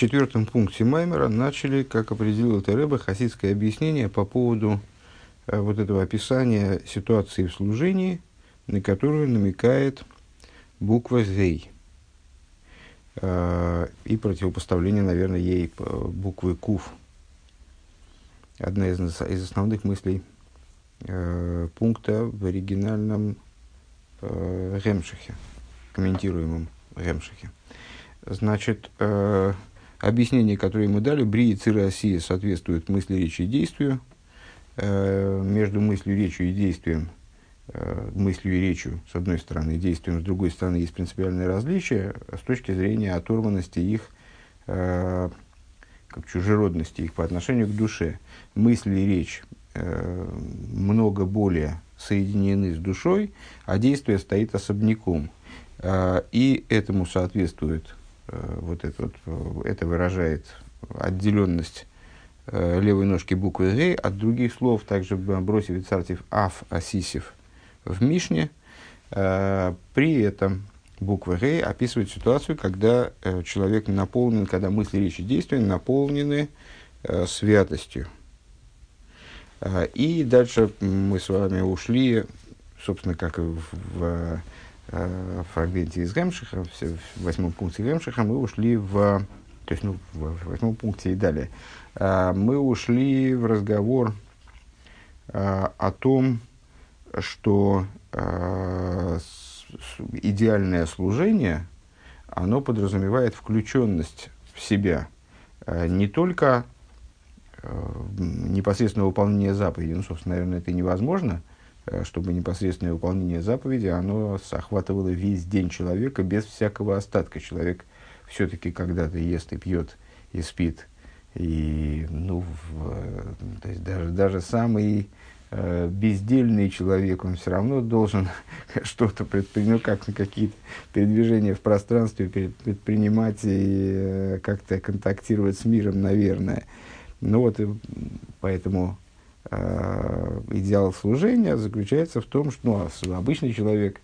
четвертом пункте Маймера начали, как определил это Ребе, хасидское объяснение по поводу вот этого описания ситуации в служении, на которую намекает буква «Зей» и противопоставление, наверное, ей буквы «Кув». Одна из основных мыслей пункта в оригинальном Ремшихе, комментируемом Ремшихе. Значит, объяснение, которое мы дали, Брии Цира Осия соответствует мысли, речи и действию. Между мыслью, речью и действием, мыслью и речью с одной стороны, и действием с другой стороны, есть принципиальное различие с точки зрения оторванности их, как чужеродности их по отношению к душе. Мысли и речь много более соединены с душой, а действие стоит особняком. И этому соответствует, это выражает отделенность левой ножки буквы «Г» от других слов, также бросив цартив «Аф» «Асисев» в Мишне. При этом буква «Г» описывает ситуацию, когда человек наполнен, когда мысли, речи, действия наполнены святостью. И дальше мы с вами ушли, собственно, как и в фрагменте из Ремшиха, в 8 пункте Ремшиха, мы ушли в 8 пункте и далее. Мы ушли в разговор о том, что идеальное служение, оно подразумевает включенность в себя не только непосредственное выполнение заповеди. Ну, собственно, наверное, это невозможно, чтобы непосредственное выполнение заповеди, оно охватывало весь день человека без всякого остатка. Человек все-таки когда-то ест и пьет, и спит. И то есть даже самый бездельный человек, он все равно должен что-то предпринимать, какие-то передвижения в пространстве предпринимать и как-то контактировать с миром, наверное. И поэтому идеал служения заключается в том, что обычный человек,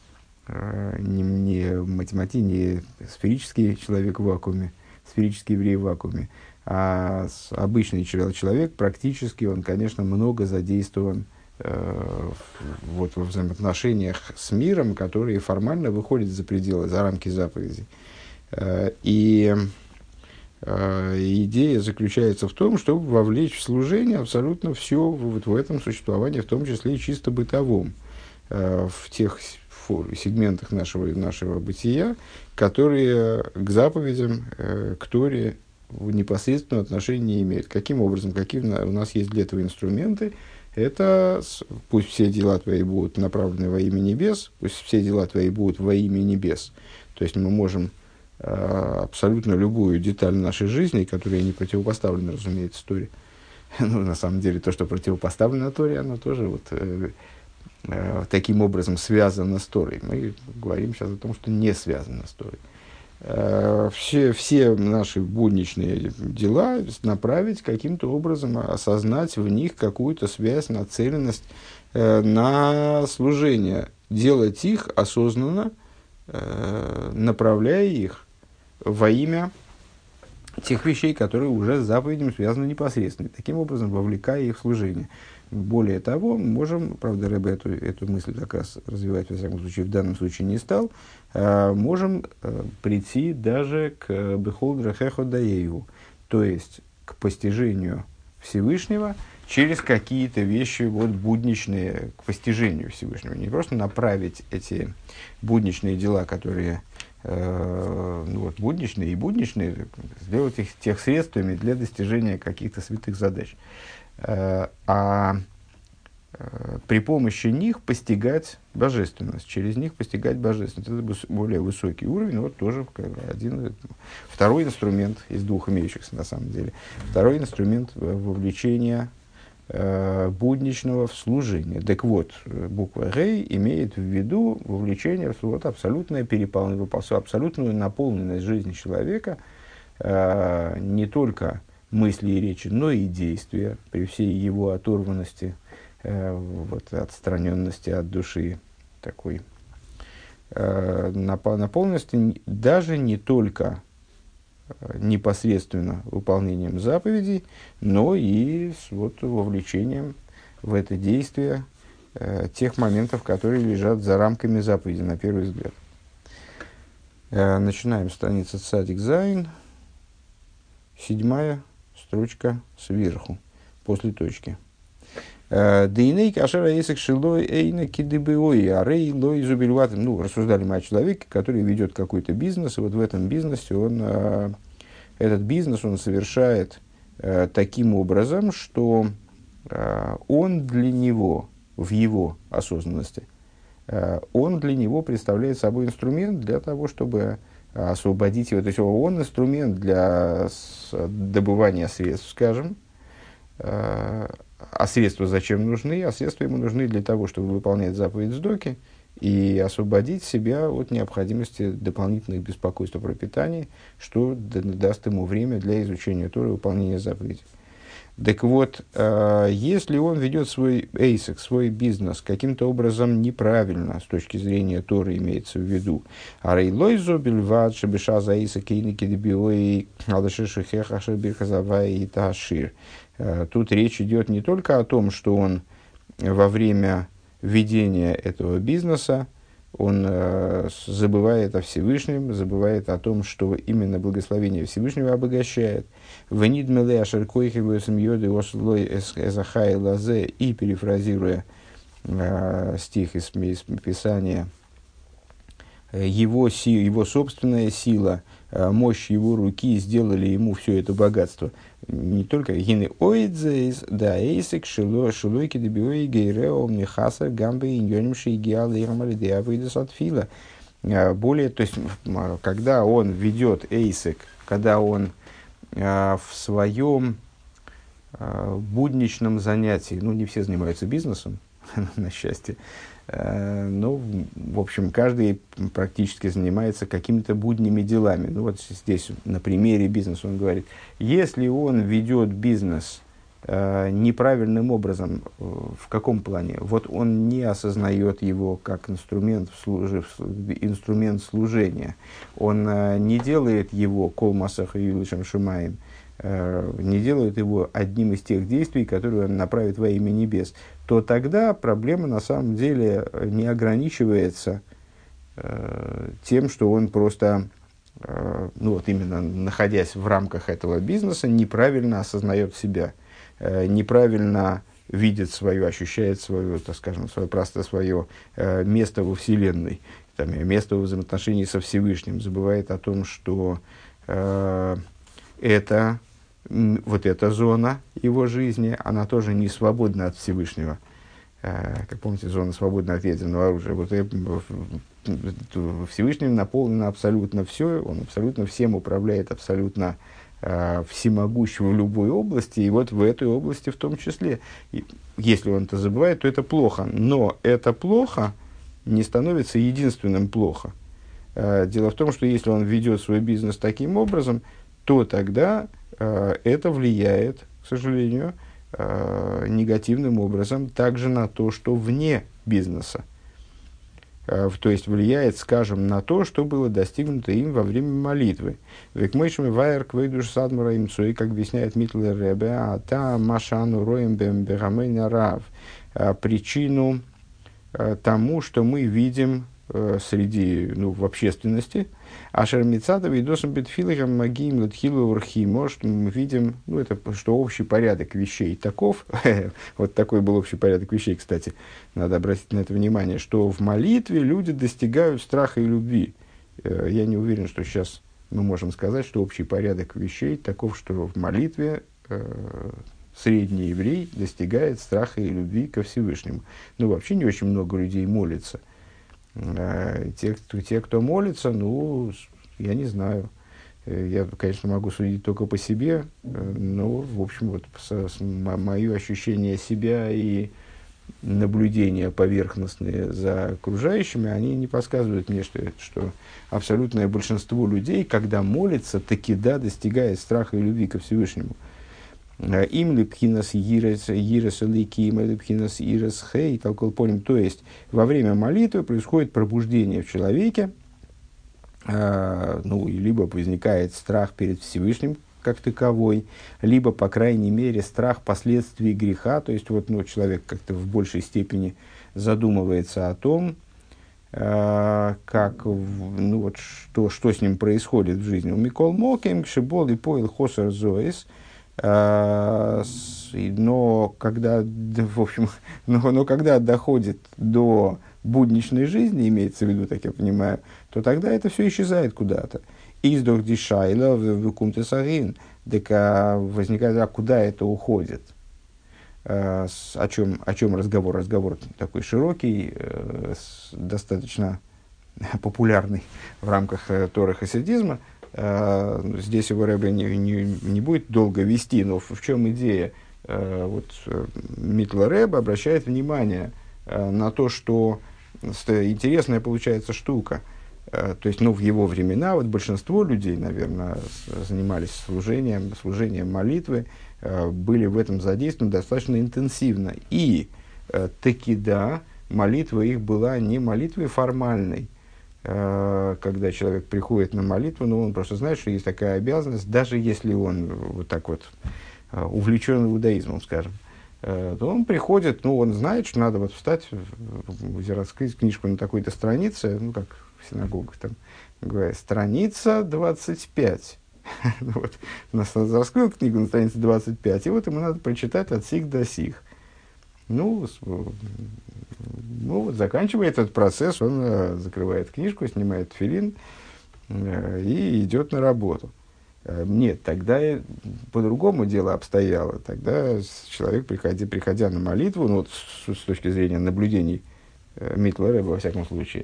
не математик, не сферический человек в вакууме, сферический еврей в вакууме, а обычный человек практически, он, конечно, много задействован во взаимоотношениях с миром, которые формально выходят за пределы, за рамки заповедей. И идея заключается в том, чтобы вовлечь в служение абсолютно все в этом существовании, в том числе и чисто бытовом, в тех сегментах нашего бытия, которые к заповедям, к Торе непосредственного отношения не имеют. Каким образом? Какие у нас есть для этого инструменты? Это пусть все дела твои будут направлены во имя небес, пусть все дела твои будут во имя небес. То есть мы можем абсолютно любую деталь нашей жизни, которая не противопоставлена, разумеется, Торе. На самом деле, то, что противопоставлено Торе, оно тоже таким образом связано с Торой. Мы говорим сейчас о том, что не связано с Торой. Все наши будничные дела направить каким-то образом, осознать в них какую-то связь, нацеленность на служение. Делать их осознанно, направляя их во имя тех вещей, которые уже с заповедями связаны непосредственно. Таким образом, вовлекая их в служение. Более того, можем, правда, Ребе эту мысль как раз развивать, во всяком случае, в данном случае не стал, можем прийти даже к Бехол Драхехо Даееву, то есть к постижению Всевышнего через какие-то вещи будничные, к постижению Всевышнего. Не просто направить эти будничные дела, которые будничные и будничные, сделать их тех средствами для достижения каких-то святых задач. А при помощи них постигать божественность, через них постигать божественность. Это более высокий уровень, тоже второй инструмент из двух имеющихся на самом деле. Второй инструмент вовлечения будничного в служение. Так вот, буква «Рей» имеет в виду вовлечение в абсолютную наполненность жизни человека, не только мысли и речи, но и действия, при всей его оторванности, отстраненности от души, такой наполненности даже не только непосредственно выполнением заповедей, но и с вовлечением в это действие тех моментов, которые лежат за рамками заповеди, на первый взгляд. Начинаем страница Цадик Зайн, 7 строчка сверху, после точки. Дейней кашера есек шилой эйна кидыбыой, а рей лой зубильватым. Ну, рассуждали мы о человеке, который ведет какой-то бизнес, и вот в этом бизнесе этот бизнес он совершает таким образом, что он для него, в его осознанности, он для него представляет собой инструмент для того, чтобы освободить его. То есть он инструмент для добывания средств, скажем. А средства зачем нужны? А средства ему нужны для того, чтобы выполнять заповедь сдоки и освободить себя от необходимости дополнительных беспокойств о пропитании, что даст ему время для изучения Торы и выполнения заповедей. Так вот, если он ведет свой эйсек, свой бизнес каким-то образом неправильно, с точки зрения Торы имеется в виду, а рейлойзо бельвад шебеша за эйсек кейники дебиой алдашишихех ашербирхазавай и ташир. Тут речь идет не только о том, что он во время ведения этого бизнеса он забывает о Всевышнем, забывает о том, что именно благословение Всевышнего обогащает. И, перефразируя стих из Писания, его собственная сила, мощь его руки сделали ему все это богатство. Не только гины оидзейс, да эйсек шилойки дебиои гейрео михасар гамбе иньоним шейгиал ирмалиде авидас от фила. Более, то есть, когда он ведет эйсек, когда он в своем будничном занятии, ну, не все занимаются бизнесом, на счастье, но, в общем, каждый практически занимается какими-то будними делами. Ну, вот здесь на примере бизнеса он говорит, если он ведет бизнес неправильным образом, в каком плане? Вот он не осознает его как инструмент служения, он не делает его кол масах и юлишем шумаем, не делает его одним из тех действий, которые он направит во имя небес, то тогда проблема на самом деле не ограничивается тем, что он просто, ну вот именно находясь в рамках этого бизнеса, неправильно осознает себя, неправильно видит свое, ощущает свое, так скажем, свое место во Вселенной, там, место во взаимоотношении со Всевышним, забывает о том, что вот эта зона его жизни, она тоже не свободна от Всевышнего. Как помните, зона свободна от ядерного оружия. Вот Всевышним наполнено абсолютно все, он абсолютно всем управляет, абсолютно всемогущ в любой области, и вот в этой области в том числе. И если он это забывает, то это плохо. Но это плохо не становится единственным плохо. Дело в том, что если он ведет свой бизнес таким образом, то тогда это влияет, к сожалению, негативным образом также на то, что вне бизнеса. То есть влияет, скажем, на то, что было достигнуто им во время молитвы. Век мойшими вайер квейдуш садмара им цой, как объясняет Митлер Ребе, а та машану роем бембегамейна рав. Причину тому, что мы видим среди, в общественности, а шермицатов и досом бетфилахам магиим латхилу урхимо, что мы видим, это что общий порядок вещей таков, вот такой был общий порядок вещей, кстати, надо обратить на это внимание, что в молитве люди достигают страха и любви. Я не уверен, что сейчас мы можем сказать, что общий порядок вещей таков, что в молитве средний еврей достигает страха и любви ко Всевышнему. Вообще не очень много людей молится. Те, кто молится, я не знаю. Я, конечно, могу судить только по себе, но, в общем, вот мое ощущение себя и наблюдения поверхностные за окружающими, они не подсказывают мне, что абсолютное большинство людей, когда молится, таки достигает страха и любви ко Всевышнему. Им липхинас ирес ликим, липхинас ирес хей, толкол полем. То есть, во время молитвы происходит пробуждение в человеке, ну, либо возникает страх перед Всевышним как таковой, либо, по крайней мере, страх последствий греха, то есть вот, ну, человек как-то в большей степени задумывается о том, как, ну, вот, что с ним происходит в жизни. У Микол Мокем, Кшибол и Поил Хосер Зоис, но когда, в общем, но когда доходит до будничной жизни, имеется в виду, так я понимаю, то тогда это все исчезает куда-то. Издох дишайла в кумтесарин, так возникает, а куда это уходит? О чем разговор? Разговор такой широкий, достаточно популярный в рамках Торы хасидизма. Здесь его Ребе не будет долго вести, но в чем идея? Вот Митла Ребе обращает внимание на то, что интересная получается штука. То есть, ну, в его времена вот большинство людей, наверное, занимались служением молитвы, были в этом задействованы достаточно интенсивно. И таки да, молитва их была не молитвой формальной. Когда человек приходит на молитву, но он просто знает, что есть такая обязанность, даже если он вот так вот увлечен иудаизмом, скажем, то он приходит, ну, он знает, что надо вот встать, раскрыть книжку на такой-то странице, ну, как в синагогах там говорят, страница 25. Вот. Раскрыл книгу на странице 25, и вот ему надо прочитать от сих до сих. Ну, вот заканчивая этот процесс, он закрывает книжку, снимает тфилин и идет на работу. Нет, тогда по-другому дело обстояло. Тогда человек, приходя на молитву, ну, вот с точки зрения наблюдений Митла Ребе, во всяком случае,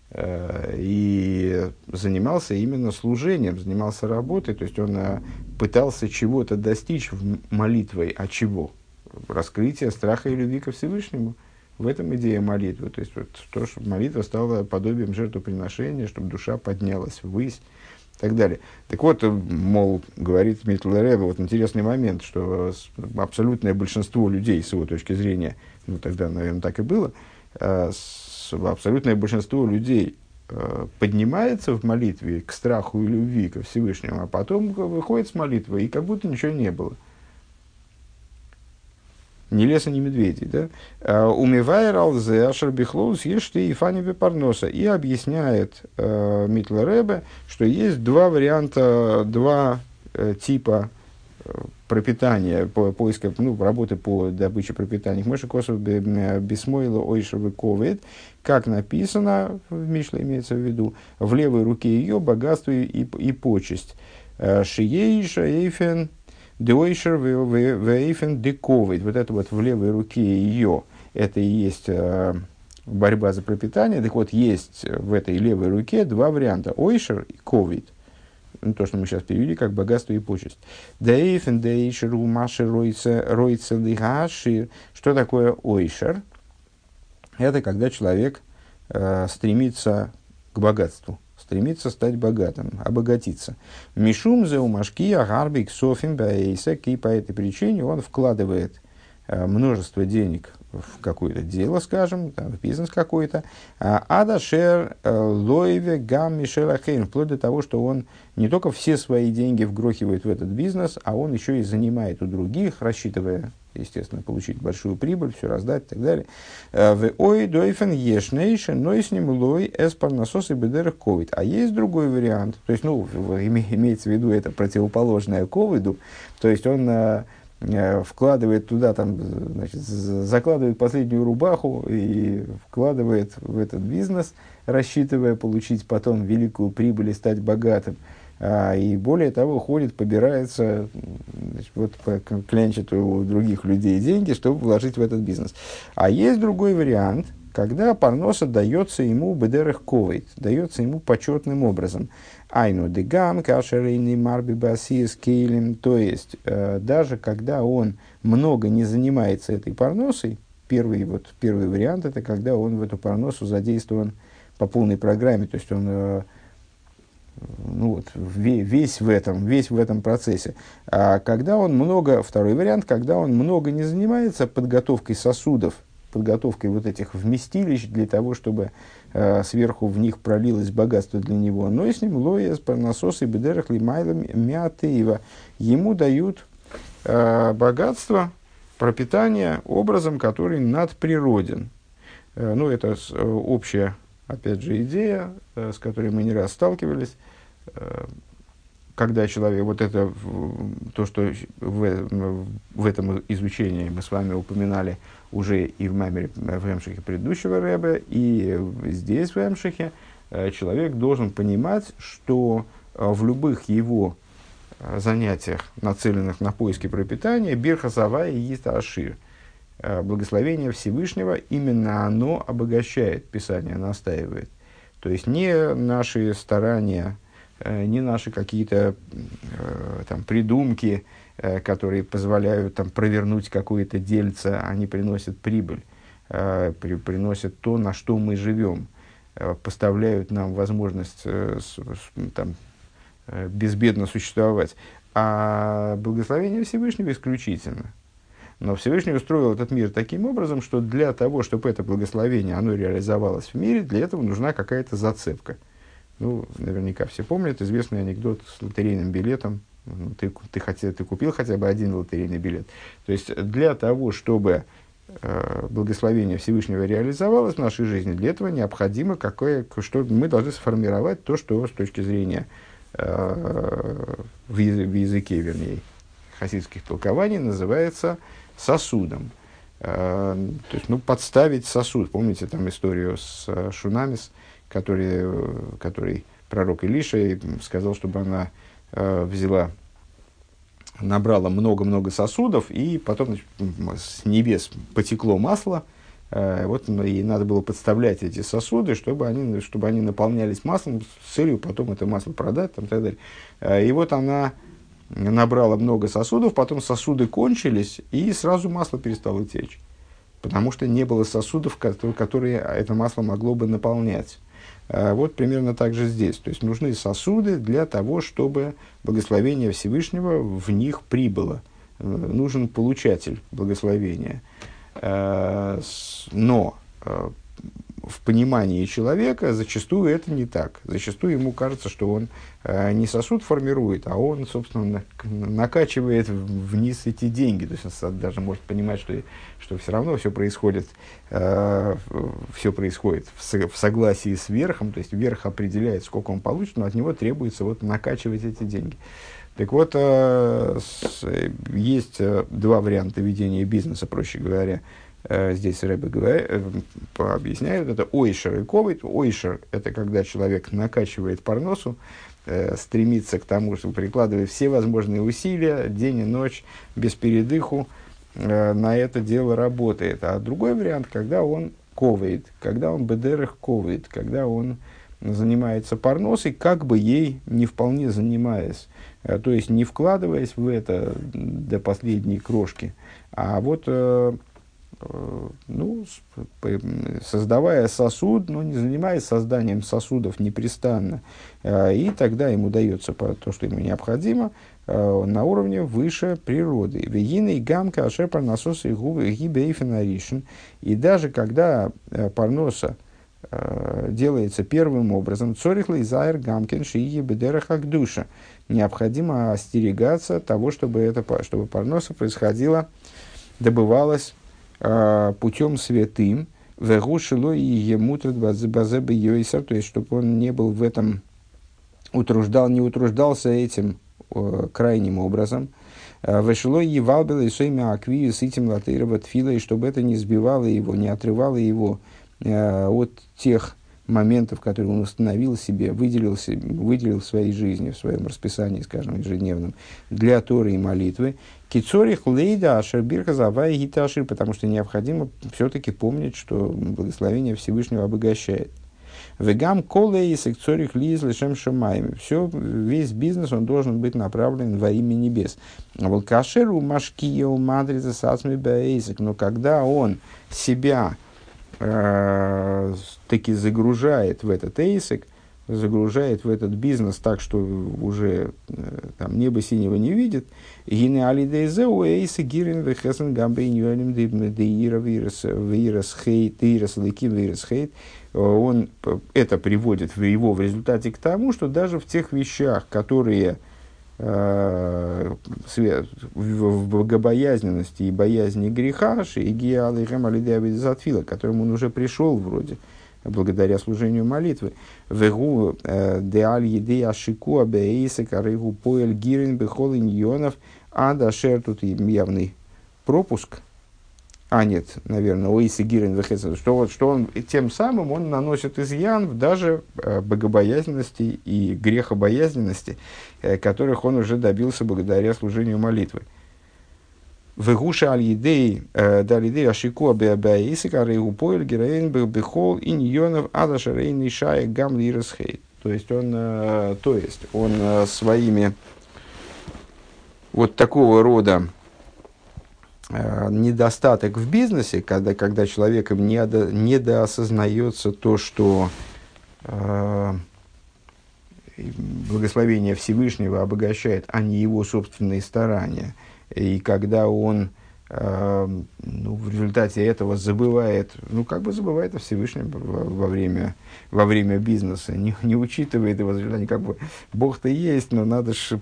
и занимался именно служением, занимался работой, то есть он пытался чего-то достичь молитвой, а чего? Раскрытие страха и любви ко Всевышнему. В этом идея молитвы. То есть вот то, чтобы молитва стала подобием жертвоприношения, чтобы душа поднялась ввысь и так далее. Так вот, мол, говорит Митла Ребе, вот интересный момент, что абсолютное большинство людей, с его точки зрения, ну тогда, наверное, так и было, абсолютное большинство людей поднимается в молитве к страху и любви ко Всевышнему, а потом выходит с молитвы, и как будто ничего не было. Ни леса, ни медведей. Да? Умивайр алзе ашер бихлоус ешты и фани бепарноса. И объясняет Митла Ребе, что есть два варианта, два типа пропитания, поиска, ну, работы по добыче пропитания. Мыши косов бисмойла ойшевы ковид, как написано, в Мишле имеется в виду, в левой руке ее богатство и почесть. Шиейша эйфен деойшер вейфен дековид. Вот это вот в левой руке ее, это и есть борьба за пропитание. Так вот, есть в этой левой руке два варианта. Ойшер и ковид. То, что мы сейчас перевели, как богатство и почесть. Дейфен дейшер умаши ройца лихашир. Что такое ойшер? Это когда человек стремится к богатству, стремится стать богатым, обогатиться. Мишум зе умашки агарбик софим баэйсек. И по этой причине он вкладывает множество денег в какое-то дело, скажем, там, в бизнес какой-то, адашер лойве гам мишелахейн, вплоть до того, что он не только все свои деньги вгрохивает в этот бизнес, а он еще и занимает у других, рассчитывая, естественно, получить большую прибыль, все раздать и так далее. В ой дойфен ешнейшен, но и с ним лой эспарнасос и бедерах ковид. А есть другой вариант, то есть, ну, имеется в виду это противоположное ковиду, то есть он вкладывает туда, там, значит, закладывает последнюю рубаху и вкладывает в этот бизнес, рассчитывая получить потом великую прибыль и стать богатым. И более того, ходит, побирается, значит, вот, клянчит у других людей деньги, чтобы вложить в этот бизнес. А есть другой вариант, когда парноса дается ему бедерах ковейт, дается ему почетным образом. Айну дегам, кашерейный марби басиес кейлем, то есть, даже когда он много не занимается этой парносой, первый вариант, это когда он в эту парносу задействован по полной программе, то есть он ну вот, весь в этом процессе. А когда он второй вариант, когда он много не занимается подготовкой сосудов подготовкой вот этих вместилищ для того, чтобы сверху в них пролилось богатство для него. Но и с ним лоя, насосы, бедерах, лимайлом, мятеева. Ему дают богатство, пропитание образом, который надприроден. Ну, это общая, опять же, идея, с которой мы не раз сталкивались. Когда человек, вот это, то, что в этом изучении мы с вами упоминали уже и в Маймере, в Эмшихе предыдущего Ребе, и здесь в Эмшихе, человек должен понимать, что в любых его занятиях, нацеленных на поиски пропитания, бирха сава и есть ашир. Благословение Всевышнего, именно оно обогащает, Писание настаивает. То есть не наши старания, не наши какие-то там придумки, которые позволяют там провернуть какое-то дельце, они приносят прибыль, приносят то, на что мы живем, поставляют нам возможность там безбедно существовать. А благословение Всевышнего исключительно. Но Всевышний устроил этот мир таким образом, что для того, чтобы это благословение оно реализовалось в мире, для этого нужна какая-то зацепка. Ну, наверняка все помнят известный анекдот с лотерейным билетом. Ты купил хотя бы один лотерейный билет. То есть, для того, чтобы благословение Всевышнего реализовалось в нашей жизни, для этого необходимо что мы должны сформировать то, что с точки зрения в языке, вернее, хасидских толкований называется сосудом. То есть, подставить сосуд. Помните там историю с Шунамис, который пророк Илиша сказал, чтобы она набрала много-много сосудов, и потом с небес потекло масло. Вот ей надо было подставлять эти сосуды, чтобы они наполнялись маслом с целью потом это масло продать там, и так далее. И вот она набрала много сосудов, потом сосуды кончились, и сразу масло перестало течь. Потому что не было сосудов, которые это масло могло бы наполнять. Вот примерно так же здесь. То есть нужны сосуды для того, чтобы благословение Всевышнего в них прибыло. Нужен получатель благословения. Но в понимании человека зачастую это не так. Зачастую ему кажется, что он не сосуд формирует, а он, собственно, накачивает вниз эти деньги. То есть он даже может понимать, что все равно все происходит в согласии с верхом. То есть верх определяет, сколько он получит, но от него требуется накачивать эти деньги. Так вот, есть два варианта ведения бизнеса, проще говоря. Здесь Ребе объясняют, это ойшер и ковид. Ойшер – это когда человек накачивает парносу, стремится к тому, чтобы прикладывая все возможные усилия, день и ночь, без передыху, на это дело работает. А другой вариант, когда он ковид, когда он бедерах ковид, когда он занимается парносой, как бы ей не вполне занимаясь, то есть не вкладываясь в это до последней крошки, а вот создавая сосуд, но не занимаясь созданием сосудов непрестанно, и тогда ему дается то, что ему необходимо, на уровне выше природы. Вегины гамка ашепар насоса и губы гибейфенаришн. И даже когда парноса делается первым образом, цорихла и зайр гамкин шиги бедерах душа, необходимо остерегаться того, чтобы парноса происходила, добывалась путем святым, вегушило и емутрат базебе йойсер, то есть чтобы он не был в этом не утруждался этим крайним образом. Вешло и валбело и соймя аквию с этим латырова тфила, и чтобы это не сбивало его, не отрывало его от тех моментов, которые он установил себе, выделил в своей жизни, в своем расписании, скажем, ежедневном, для Торы и молитвы. Кицорих лейда ашер бирха завай гита ашир, потому что необходимо все-таки помнить, что благословение Всевышнего обогащает. Вегам колей секцорих лиз лишем шамаем. Весь бизнес он должен быть направлен во имя небес. А вот кашеру машкио мадриза сасми баэйсик, но когда он себя таки загружает в этот эйсик, загружает в этот бизнес так, что уже там небо синего не видит. Гине алидейзеу эйсы гирин вехесен гамбейньюэлем деира вирус хейт, ирас лейким вирус хейт. Он это приводит в результате к тому, что даже в тех вещах, которые в богобоязненности и боязни греха, которым он уже пришел вроде, благодаря служению молитвы. Вегу деаль еды ашику абеиса карыгу поэль гирин бехол иньонов адашер, тут явный пропуск. Нет, наверное, оисы гирин вехесен, что он тем самым он наносит изъян даже богобоязненности и грехобоязненности, которых он уже добился благодаря служению молитвы. Вегуша аль-едей, далидей ашику абеиса карыгу поэль гирин бехол иньонов адашер нишая гам лирасхейт. То есть он своими вот такого рода недостаток в бизнесе, когда человеком недоосознается то, что благословение Всевышнего обогащает, а не его собственные старания, и когда он в результате этого забывает о Всевышнем во время бизнеса, не учитывает его, как бы Бог-то есть, но надо же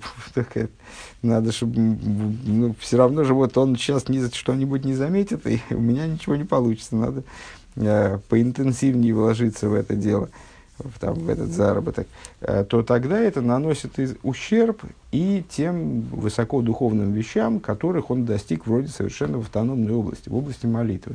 все равно же вот он сейчас что-нибудь не заметит, и у меня ничего не получится, надо поинтенсивнее вложиться в это дело, в этот заработок, то тогда это наносит ущерб и тем высокодуховным вещам, которых он достиг вроде совершенно в автономной области, в области молитвы.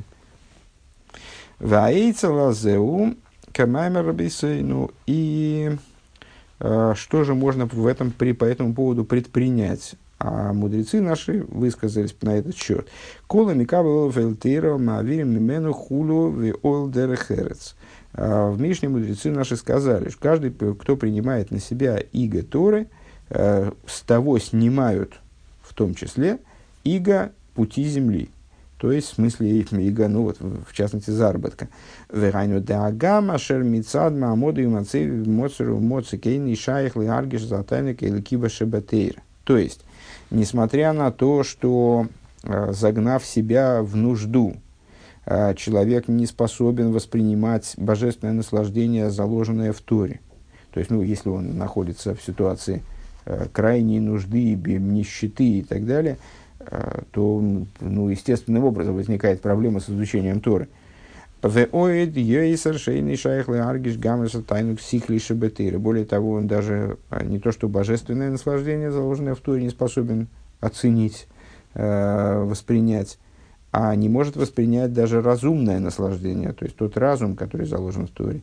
И что же можно по этому поводу предпринять? А мудрецы наши высказались на этот счет. В Мишне мудрецы наши сказали, что каждый, кто принимает на себя иго Торы, с того снимают в том числе иго пути земли. То есть, в смысле, иго, в частности, заработка. То есть, несмотря на то, что, загнав себя в нужду, человек не способен воспринимать божественное наслаждение, заложенное в Торе. То есть, если он находится в ситуации крайней нужды, нищеты и так далее, то естественным образом возникает проблема с изучением Торы. Более того, он даже не то что божественное наслаждение, заложенное в Торе, не способен оценить, воспринять, а не может воспринять даже разумное наслаждение, то есть тот разум, который заложен в Торе.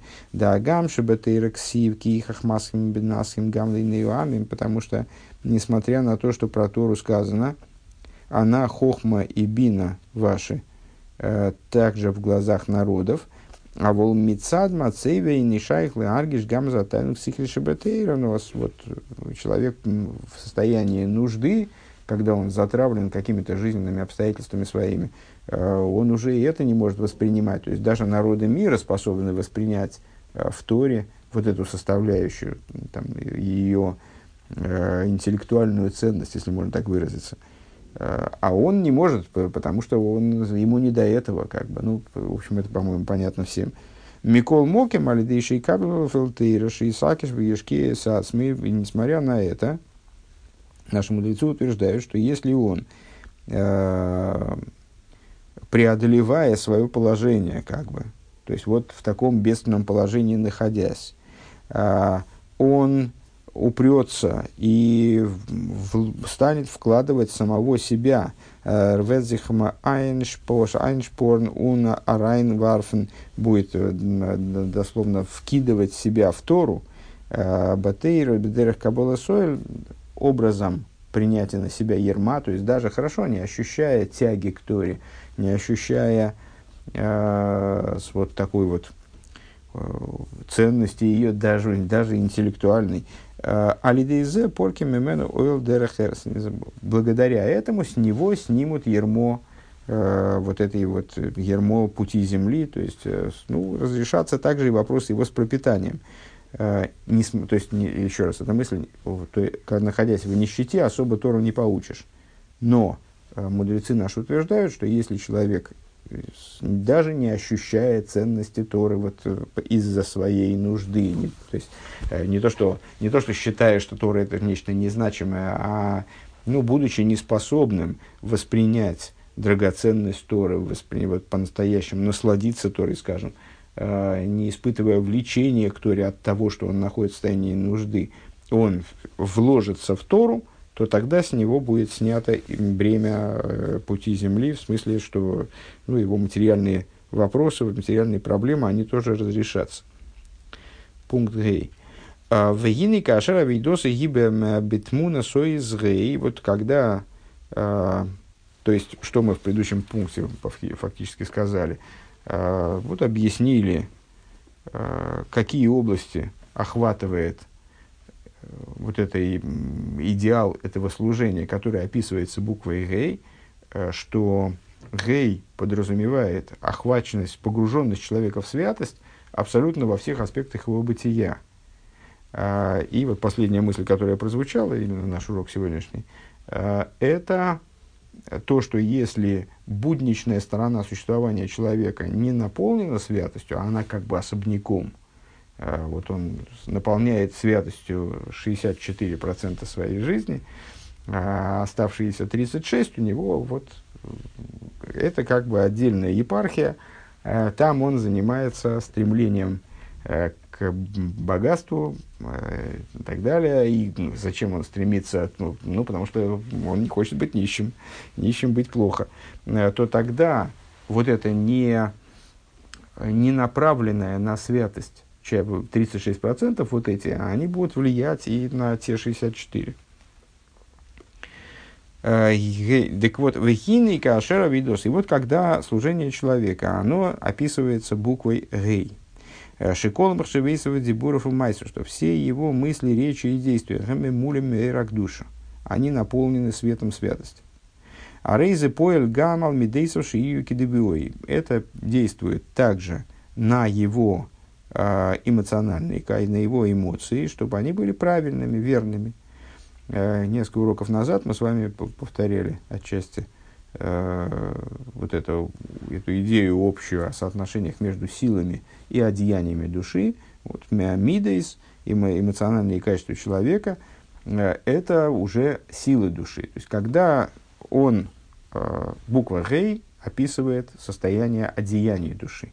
Потому что, несмотря на то, что про Тору сказано, она хохма и бина ваши, также в глазах народов, а вол мицад мацейвей нишайх леаргиш гамза тайну психишебетейра. Вот человек в состоянии нужды, когда он затравлен какими-то жизненными обстоятельствами своими, он уже и это не может воспринимать. То есть даже народы мира способны воспринять в Торе вот эту составляющую, ее интеллектуальную ценность, если можно так выразиться. А он не может, потому что ему не до этого, в общем, это, по-моему, понятно всем. Микол Моким, Алидейший Кабел, Фелтейра, Шисакиш, Вешки, Сацми. И несмотря на это, наши мудрецы утверждают, что если он, преодолевая свое положение, то есть вот в таком бедственном положении находясь, он упрется и станет вкладывать самого себя, айншпорн уна арайн варфен, будет дословно вкидывать себя в Тору, батейра бедерах кабола соэль, образом принятия на себя ярма, то есть даже хорошо, не ощущая тяги к Торе, не ощущая вот такой вот ценности ее, даже интеллектуальной. Алидейзе порки мемену ойл дерехерс. Благодаря этому с него снимут ярмо, ярмо пути земли, то есть разрешатся также и вопросы его с пропитанием. то есть, еще раз, эта мысль, находясь в нищете, особо Тору не поучишь. Но мудрецы наши утверждают, что если человек даже не ощущает ценности Торы из-за своей нужды, то есть не то, что считая, что Тора это нечто незначимое, а будучи неспособным воспринять драгоценность Торы, по-настоящему насладиться Торой, скажем, не испытывая влечения к Торе от того, что он находится в состоянии нужды, он вложится в Тору, то тогда с него будет снято бремя пути земли, в смысле, что его материальные вопросы, материальные проблемы, они тоже разрешатся. Пункт Гей. Вегины кашера вейдосы гибе битмуна соиз гей. Вот когда, то есть, что мы в предыдущем пункте фактически сказали, объяснили, какие области охватывает вот это идеал этого служения, который описывается буквой Гей, что Гей подразумевает охваченность, погруженность человека в святость абсолютно во всех аспектах его бытия. И вот последняя мысль, которая прозвучала, именно наш урок сегодняшний, это то, что если будничная сторона существования человека не наполнена святостью, а она как бы особняком, вот он наполняет святостью 64% своей жизни, а оставшиеся 36% у него это как бы отдельная епархия, там он занимается стремлением к богатству и так далее. И зачем он стремится? Потому что он не хочет быть нищим. Нищим быть плохо. То тогда вот это не направленное на святость 36% вот эти, они будут влиять и на те 64%. Так вот, вехины кашера видос. И вот когда служение человека, оно описывается буквой Гей. Шикол Маршевейсова Дибуров и Майсу, что все его мысли, речи и действия, они наполнены светом святости. А рейзы поэль гамал мидейсов шиию кидебиой. Это действует также на его эмоциональные, на его эмоции, чтобы они были правильными, верными. Несколько уроков назад мы с вами повторяли отчасти эту идею общую о соотношениях между силами и одеяниями души. Мидейс, эмоциональные качества человека, это уже силы души. То есть, когда буква Гей описывает состояние одеяний души.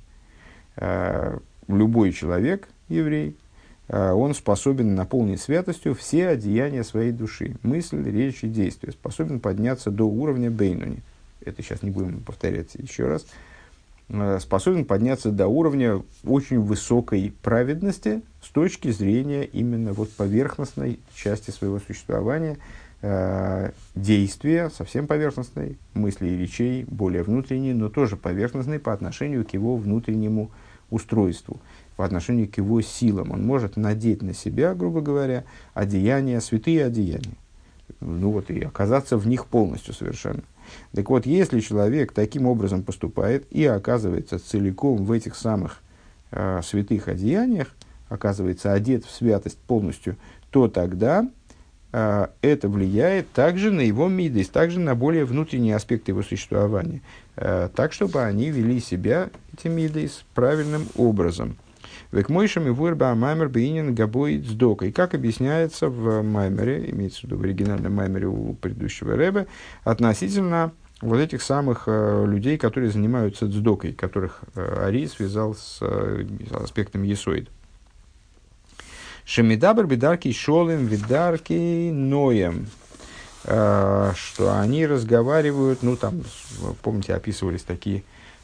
Любой человек, еврей, он способен наполнить святостью все одеяния своей души. Мысль, речь и действие. Способен подняться до уровня Бейнуни. Это сейчас не будем повторять еще раз. Способен подняться до уровня очень высокой праведности с точки зрения именно поверхностной части своего существования, действия совсем поверхностной, мысли и речей более внутренние, но тоже поверхностные по отношению к его внутреннему устройству, по отношению к его силам. Он может надеть на себя, грубо говоря, одеяния, святые одеяния. И оказаться в них полностью совершенно. Так вот, если человек таким образом поступает и оказывается целиком в этих самых святых одеяниях, оказывается одет в святость полностью, то тогда это влияет также на его мидейс, также на более внутренние аспекты его существования, так, чтобы они вели себя, эти мидейс, правильным образом. Век мойшами вурба маймер бейнин габой цдока. И как объясняется в маймере, имеется в виду в оригинальном маймере у предыдущего ребе, относительно этих самых людей, которые занимаются цдокой, которых Ари связал с аспектом есоид. Шемидабр бидарки шолем видарки ноем. Что они разговаривают, помните, описывались такие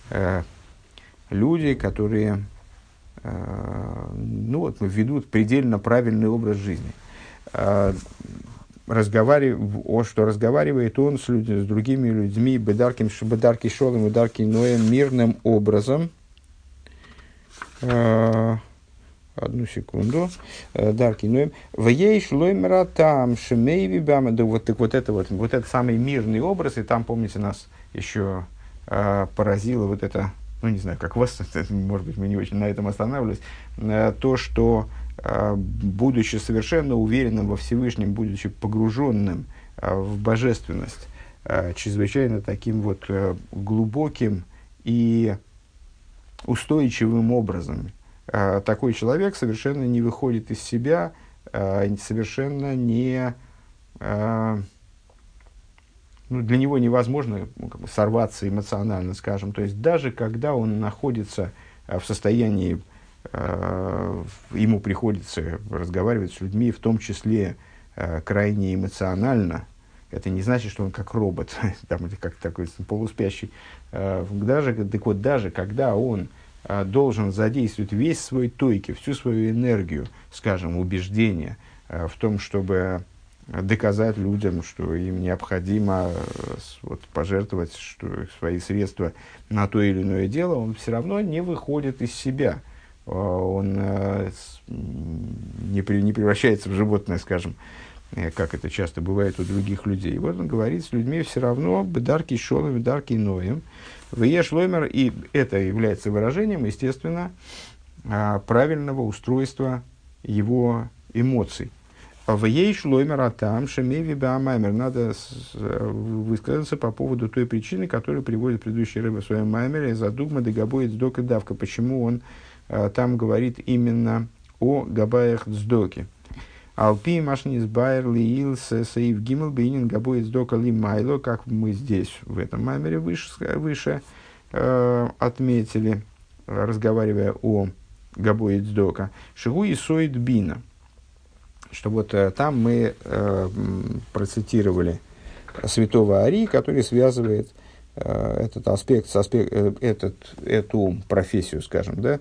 люди, которые ведут предельно правильный образ жизни. Что разговаривает он с другими людьми, бедарки шолем, бедарки ноем, мирным образом. Одну секунду. Дарки ноем. Вееш лоймера там шемейви бама. Это самый мирный образ, и там, помните, нас еще поразило не знаю, как вас, может быть, мы не очень на этом останавливались, то, что будучи совершенно уверенным во Всевышнем, будучи погруженным в божественность, чрезвычайно таким вот глубоким и устойчивым образом, такой человек совершенно не выходит из себя, совершенно не... для него невозможно сорваться эмоционально, скажем. То есть, даже когда он находится в состоянии, ему приходится разговаривать с людьми, в том числе крайне эмоционально, это не значит, что он как робот, там, или как такой полуспящий. Даже когда он должен задействовать весь свой тойки, всю свою энергию, скажем, убеждения в том, чтобы доказать людям, что им необходимо пожертвовать свои средства на то или иное дело, он все равно не выходит из себя. Он не превращается в животное, скажем, как это часто бывает у других людей. И вот он говорит с людьми все равно «бедарки шолом, бедарки ноем». «Вееш лоймер», и это является выражением, естественно, правильного устройства его эмоций. «Вееш лоймер атам шемеви беамаймер». Надо высказаться по поводу той причины, которую приводит предыдущий рыба в своем маймере, «задугма дегабоид сдок и давка». Почему он там говорит именно о габаях дздоки. Алпи машнис байер лиил саив гимл бейнин габоид сдока ли майло, как мы здесь в этом маймере выше отметили, разговаривая о габоид сдока. Шигу и соид бина. Что вот там мы процитировали святого Арии, который связывает этот аспект, эту профессию, скажем, да,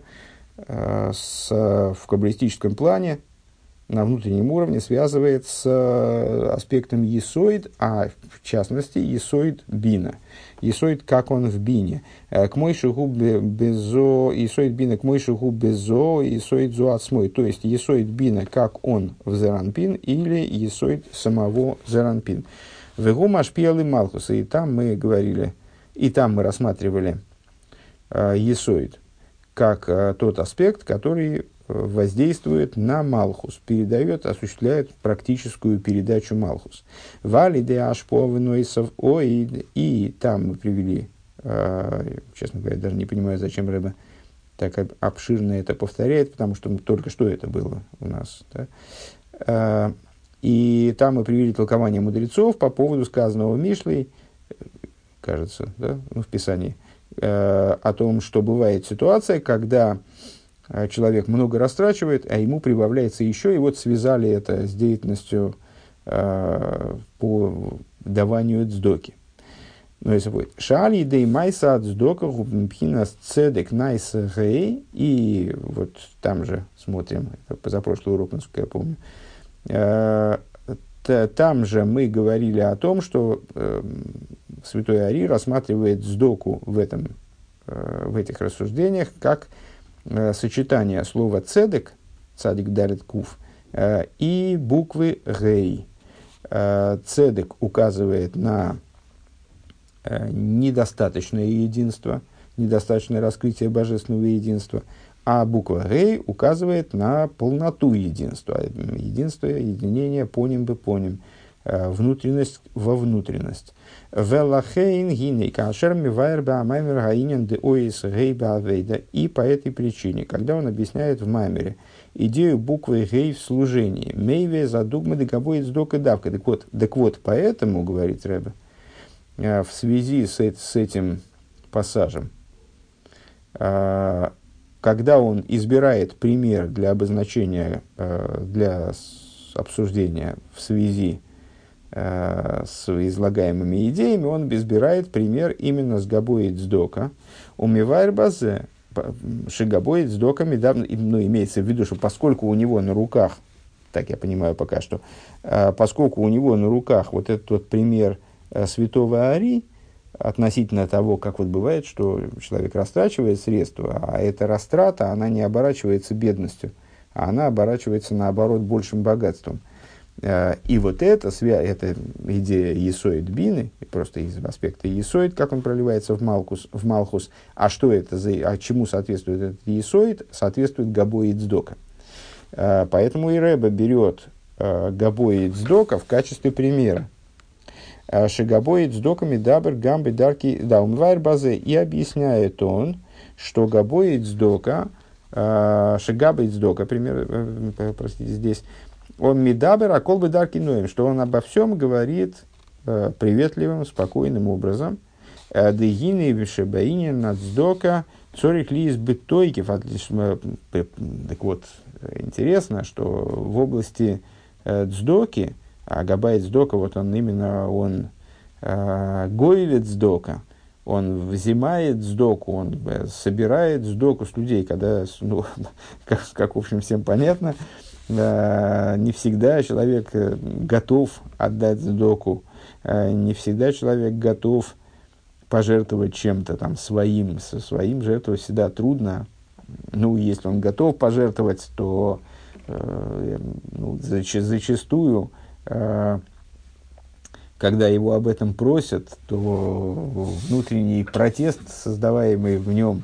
в каббалистическом плане, на внутреннем уровне связывает с аспектом есоид, а в частности есоид бина. Есоид, как он в бине. К мойши губ безо, есоид бина к мойши губ безо, есоид зоацмой. То есть есоид бина, как он в зеранпин, или есоид самого зеранпин. Вегу машпиалы малхуса. И там мы говорили, и там мы рассматривали есоид как тот аспект, который воздействует на Малхус, передает, осуществляет практическую передачу Малхус. Вали де ашповнойсов оид, и там мы привели, честно говоря, даже не понимаю, зачем Рэбе так обширно это повторяет, потому что только что это было у нас. Да? И там мы привели толкование мудрецов по поводу сказанного Мишлей, кажется, да? В Писании, о том, что бывает ситуация, когда человек много растрачивает, а ему прибавляется еще, и вот связали это с деятельностью по даванию цдоки. Ну, если будет шали дей майса цдока губнпхина цедек найс гей, и вот там же смотрим, это позапрошлый урок, насколько я помню, там же мы говорили о том, что святой Ари рассматривает цдоку в этих рассуждениях как сочетание слова цедек, цадик далит куф, и буквы гей. Цедек указывает на недостаточное единство, недостаточное раскрытие божественного единства, а буква гей указывает на полноту единства, единство, единение, поним бы поним, внутренность во внутренность. Велахейн гиней кашер мивайр баамаймер гаинен де оис гей баавейда. И по этой причине, когда он объясняет в маймере идею буквы гей в служении, мейве задугма дегабоид сдок и давка. Так вот, поэтому, говорит Рэбе, в связи с этим пассажем, когда он избирает пример для обозначения, для обсуждения в связи с излагаемыми идеями, он избирает пример именно с габоид сдока. Умивайр базе, шигабоид сдока медавно, ну, имеется в виду, что поскольку у него на руках, так я понимаю пока что, поскольку у него на руках вот этот вот пример святого Ари, относительно того, как вот бывает, что человек растрачивает средства, а эта растрата, она не оборачивается бедностью, а она оборачивается, наоборот, большим богатством. И вот эта идея есоид бины, просто из аспекта есоид, как он проливается в Малхус, а что это, чему соответствует этот есоид, соответствует габоид сдока. Поэтому и Рэбе берет Габой и Цдока в качестве примера. Шигабой и Цдока мидабер гамбы дарки да умвайр базе. И объясняет он, что Габой и Цдока, Шигабой и Цдока, простите, здесь, он мидабер, а колбы дарки ноем, что он обо всем говорит приветливым, спокойным образом. Дегины вишебаини нацдока цорих ли из бытойкев. Так вот, интересно, что в области цдоки, а Габай цдока, вот он именно, он гойлет цдока, он взимает цдоку, он собирает цдоку с людей, когда, ну, как в общем всем понятно, не всегда человек готов отдать цдоку, не всегда человек готов пожертвовать чем-то там своим, со своим жертвовать всегда трудно. Ну, если он готов пожертвовать, то зачастую, когда его об этом просят, то внутренний протест, создаваемый в нем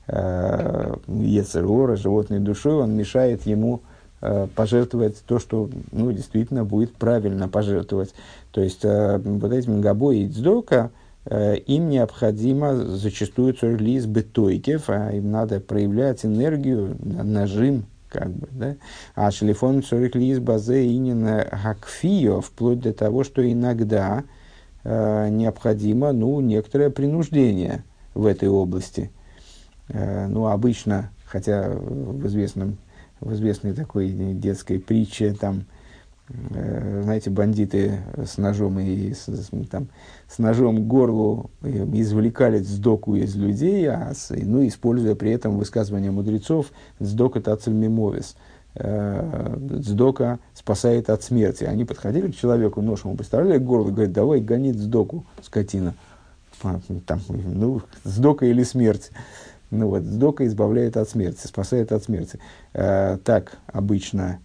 йецер ора, животной душой, он мешает ему пожертвовать то, что, ну, действительно будет правильно пожертвовать. То есть, вот этим Габой и Цдока, им необходимо зачастую цорли из бытойкев, а им надо проявлять энергию, нажим, как бы, да? А шлифон цорли из базе инина гакфио, вплоть до того, что иногда необходимо, ну, некоторое принуждение в этой области. Ну, обычно, хотя в известной такой детской притче, там, знаете, бандиты с ножом и с ножом к горлу извлекали цдоку из людей, ну, используя при этом высказывания мудрецов «цдока тацель мимовес», «цдока спасает от смерти». Они подходили к человеку, нож ему представляли к горлу и говорят: «Давай гони цдоку, скотина». Там, ну, цдока или смерть. Ну вот, цдока избавляет от смерти, спасает от смерти. Так обычно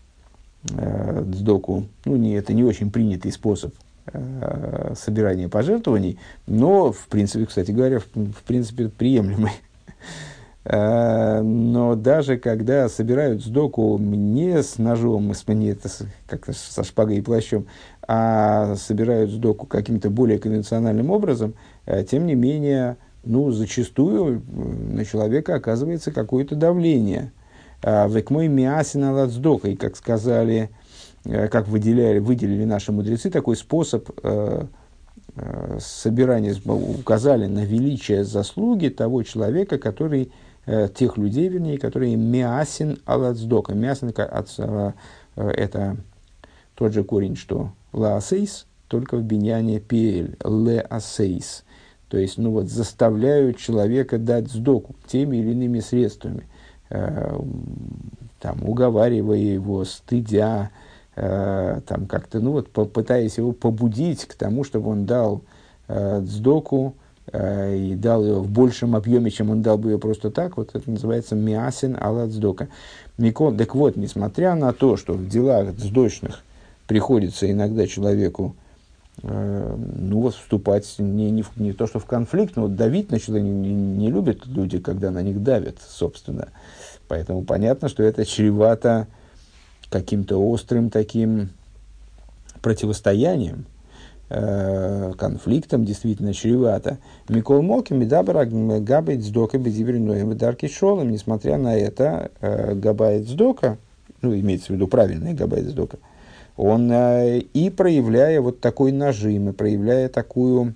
цдоку, ну, это не очень принятый способ собирания пожертвований, но, в принципе, кстати говоря, в принципе, приемлемый. Но даже когда собирают цдоку не с ножом, не как-то со шпагой и плащом, а собирают цдоку каким-то более конвенциональным образом, тем не менее, ну, зачастую на человека оказывается какое-то давление. Век мой миасин ала цдока, и как сказали, как выделили наши мудрецы, такой способ собирания, указали на величие заслуги того человека, который, тех людей, вернее, которые миасин ала цдока. Миасин это тот же корень, что лаасейс, только в биньяне пиэль, леасейс. То есть, ну вот, заставляют человека дать цдоку теми или иными средствами, там, уговаривая его, стыдя, там, как-то, ну вот, пытаясь его побудить к тому, чтобы он дал цдоку и дал ее в большем объеме, чем он дал бы ее просто так. Вот это называется миасин ала цдока. Так вот, несмотря на то, что в делах цдочных приходится иногда человеку, ну вот, вступать не то, что в конфликт, но давить на человека не любят люди, когда на них давят, собственно. Поэтому понятно, что это чревато каким-то острым таким противостоянием, конфликтом действительно чревато. Микол Моки, Медабра, Габай Цдока, Безибериноем, Дарки Шолом, несмотря на это, Габай Цдока, ну, имеется в виду правильный Габай Цдока, он и проявляя вот такой нажим, и проявляя такую,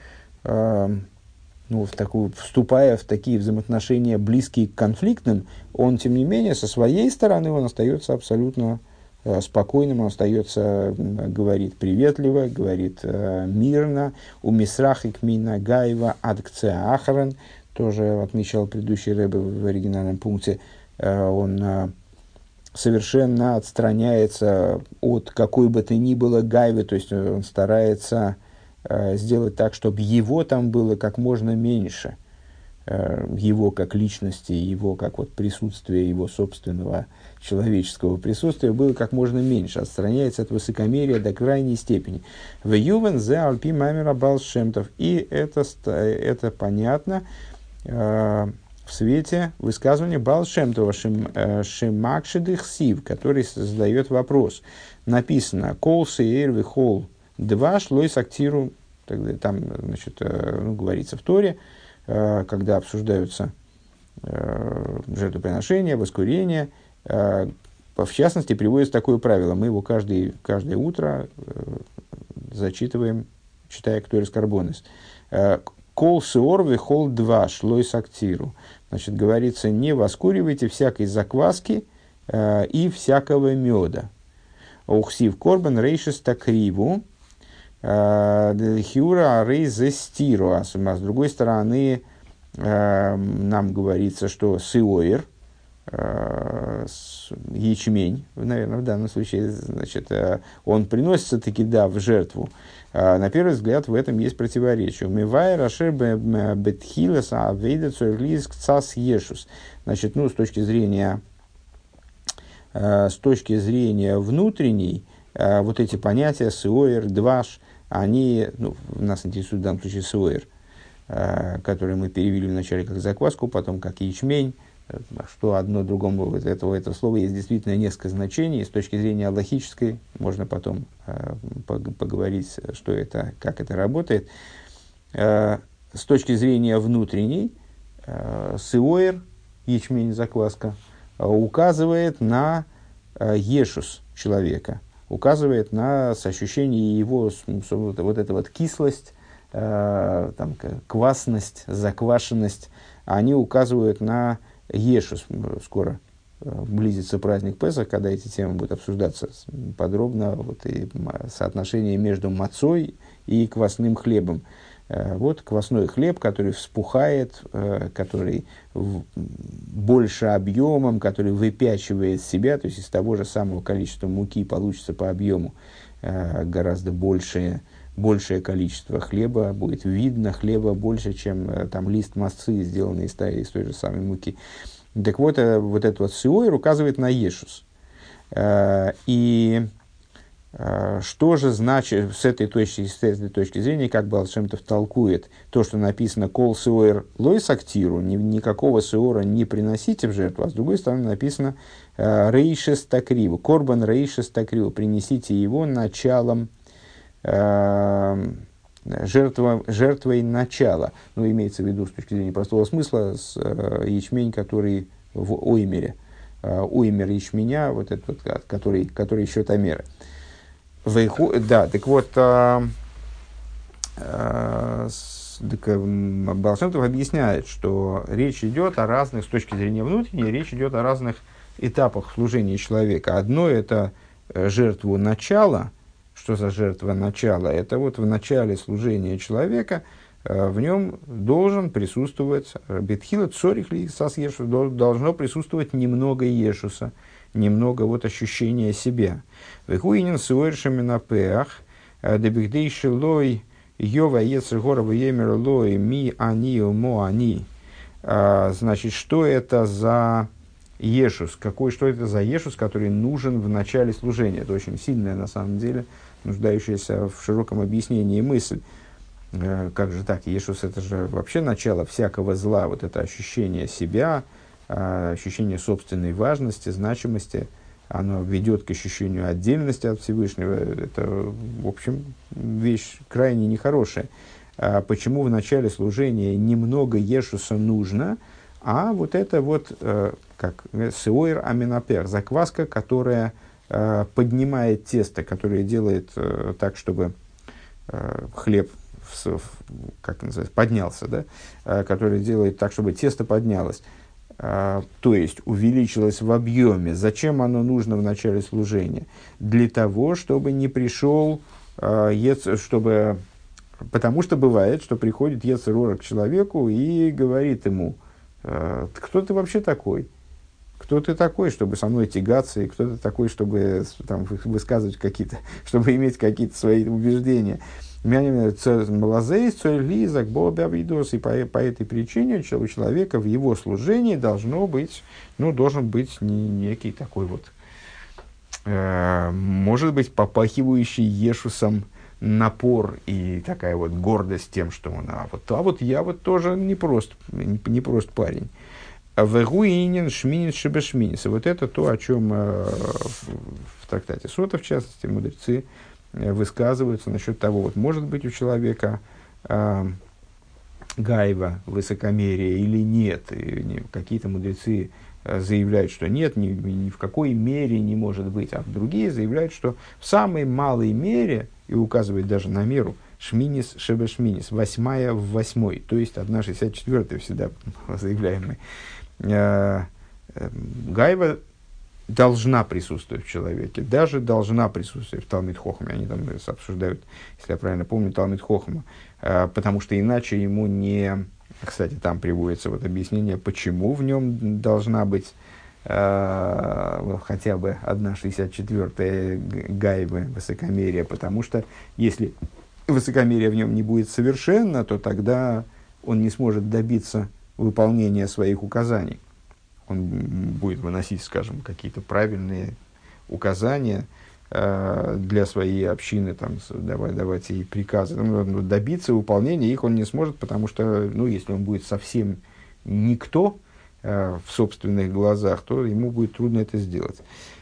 вступая в такие взаимоотношения, близкие к конфликтным, он, тем не менее, со своей стороны, он остается абсолютно спокойным, он остается, говорит приветливо, говорит мирно. У Мисрахик Мина Гаева Адкция Ахаран, тоже отмечал предыдущий рэбе в оригинальном пункте, он совершенно отстраняется от какой бы то ни было гайвы, то есть он старается сделать так, чтобы его там было как можно меньше, его как личности, его как вот присутствия, его собственного человеческого присутствия было как можно меньше, отстраняется от высокомерия до крайней степени. В Ювен зе альпи мамера балшемтов. И это понятно в в свете высказывания Баал Шем Това Шемакшидых Сив, который задает вопрос. Написано «Кол сеэр вихол два шлойс актиру». Там, значит, говорится в Торе, когда обсуждаются жертвоприношения, воскурения. В частности, приводится такое правило. Мы его каждое утро зачитываем, читая «Кторис Карбонес». «Кол сеор вихол два шлойс актиру». Значит, говорится, не воскуривайте всякой закваски и всякого меда. Ухсив корбан рейшес такриву хиура рейзестиру. А с другой стороны, нам говорится, что сеоир, ячмень, наверное, в данном случае, значит, он приносится таки, да, в жертву. На первый взгляд, в этом есть противоречие. Умивай рашер бетхилас авейда цорлиз кцас ешус. Значит, ну, с точки зрения внутренней, вот эти понятия сеоир, дваш, они, ну, нас интересует в данном случае сеоир, который мы перевели вначале как закваску, потом как ячмень. Что одно другому вот этого слова есть действительно несколько значений. С точки зрения аллахической можно потом поговорить, что это, как это работает. С точки зрения внутренней, сеоир, ячмень, закваска, указывает на ешус человека, указывает на ощущение его, вот эта вот кислость, там, квасность, заквашенность, они указывают на ешус. Скоро близится праздник Песах, когда эти темы будут обсуждаться подробно, вот, и соотношение между мацой и квасным хлебом. Вот квасной хлеб, который вспухает, который больше объемом, который выпячивает себя, то есть из того же самого количества муки получится по объему гораздо большее количество хлеба, будет видно хлеба больше, чем там лист массы, сделанный из той же самой муки. Так вот, вот этот вот сеоир указывает на ешус. И что же значит с этой точки зрения, как Баал Шем Тов толкует то, что написано «Кол сеоир лойс актиру», никакого сеора не приносите в жертву, а с другой стороны написано «Рейшес такриву», «Корбан рейшес такриву», принесите его началом, жертвой начала. Ну, имеется в виду, с точки зрения простого смысла, ячмень, который в оймере. Оймер ячменя, вот этот, который счетомеры. Да, так вот, Баал Шем Тов объясняет, что речь идет о разных, с точки зрения внутренней, речь идет о разных этапах служения человека. Одно – это жертву начала. Что за жертва начала? Это вот в начале служения человека, в нем должен присутствовать бетхила цорих ли сас ешус, должно присутствовать немного ешуса, немного вот ощущения себя. Вехуинин суэршами на пеах, дебихдей шилой йова ецер горова емер лой ми ани мо ани. Значит, что это за ешус? Что это за ешус, который нужен в начале служения? Это очень сильная, на самом деле, нуждающаяся в широком объяснении мысль. Как же так? Ешус – это же вообще начало всякого зла. Вот это ощущение себя, ощущение собственной важности, значимости, оно ведет к ощущению отдельности от Всевышнего. Это, в общем, вещь крайне нехорошая. Почему в начале служения немного ешуса нужно, а вот это вот, как сеоир аминапер, закваска, которая поднимает тесто, которое делает так, чтобы хлеб как называется, поднялся, да? Которое делает так, чтобы тесто поднялось, то есть увеличилось в объеме. Зачем оно нужно в начале служения? Для того, чтобы не пришел, потому что бывает, что приходит йецер ора к человеку и говорит ему: кто ты вообще такой? Кто ты такой, чтобы со мной тягаться, и кто ты такой, чтобы там, высказывать какие-то, чтобы иметь какие-то свои убеждения. И по этой причине у человека в его служении должен быть некий такой вот, может быть, попахивающий ешусом напор и такая вот гордость тем, что он, а вот я вот тоже непрост парень. Вегуинин шминис шебешминис. Вот это то, о чем в трактате Сота, в частности, мудрецы высказываются насчет того, вот может быть у человека гайва, высокомерие или нет. И какие-то мудрецы заявляют, что нет, ни в какой мере не может быть, а другие заявляют, что в самой малой мере, и указывают даже на меру, шминис шебешминис, 8 в 8, то есть 1,64 всегда заявляем мы. Гайва должна присутствовать в человеке, даже должна присутствовать в Талмид Хохаме. Они там обсуждают, если я правильно помню, Талмид Хохама, потому что иначе ему не... Кстати, там приводится вот объяснение, почему в нем должна быть хотя бы 1,64 гайвы высокомерия, потому что если высокомерие в нем не будет совершенно, то тогда он не сможет добиться выполнения своих указаний. Он будет выносить, скажем, какие-то правильные указания для своей общины, там, давать ей приказы. Но добиться выполнения их он не сможет, потому что, если он будет совсем никто в собственных глазах, то ему будет трудно это сделать.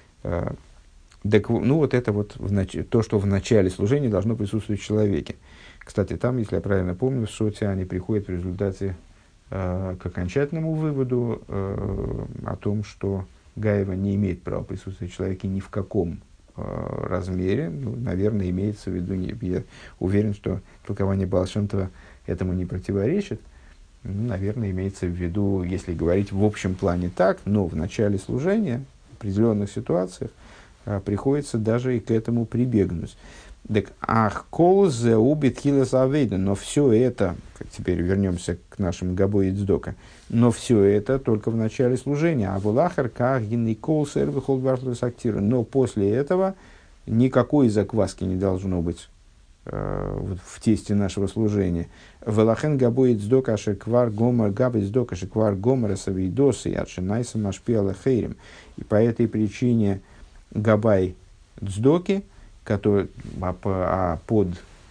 Вот это вот то, что в начале служения должно присутствовать в человеке. Кстати, там, если я правильно помню, в Соте они приходят в результате к окончательному выводу о том, что гайва не имеет права присутствовать в человеке ни в каком размере. Наверное, имеется в виду, я уверен, что толкование Баал Шем Това этому не противоречит. Наверное, имеется в виду, если говорить в общем плане так, но в начале служения, в определенных ситуациях, приходится даже и к этому прибегнуть. Так, колзе убит хилес авейда, но все это, теперь вернемся к нашим Габо и Цдока, но все это только в начале служения. А вулахар как гинникол сервы холдвартлес актира. Но после этого никакой закваски не должно быть в тесте нашего служения. Велахен Габо и Цдока шеквар гомер Габо и Цдока шеквар гомер савейдосы отшинайса машпиала хейрим. И по этой причине Габай Цдоки, который, под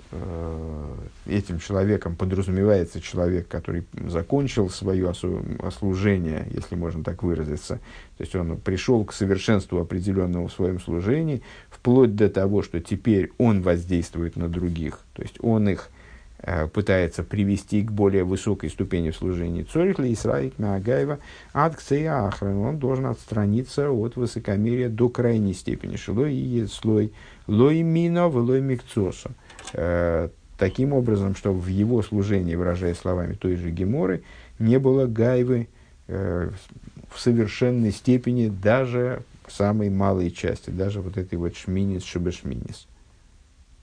этим человеком подразумевается человек, который закончил свое служение, если можно так выразиться. То есть он пришел к совершенству определенного в своем служении, вплоть до того, что теперь он воздействует на других. То есть он их пытается привести к более высокой ступени в служении. Цорих ли Исраик Маагаева от кцея ахран. Он должен отстраниться от высокомерия до крайней степени. Шилой и слой лой мина влой микцоса. Таким образом, чтобы в его служении, выражая словами той же Геморы, не было гайвы в совершенной степени даже в самой малой части, даже вот этой вот шминис шебешминис.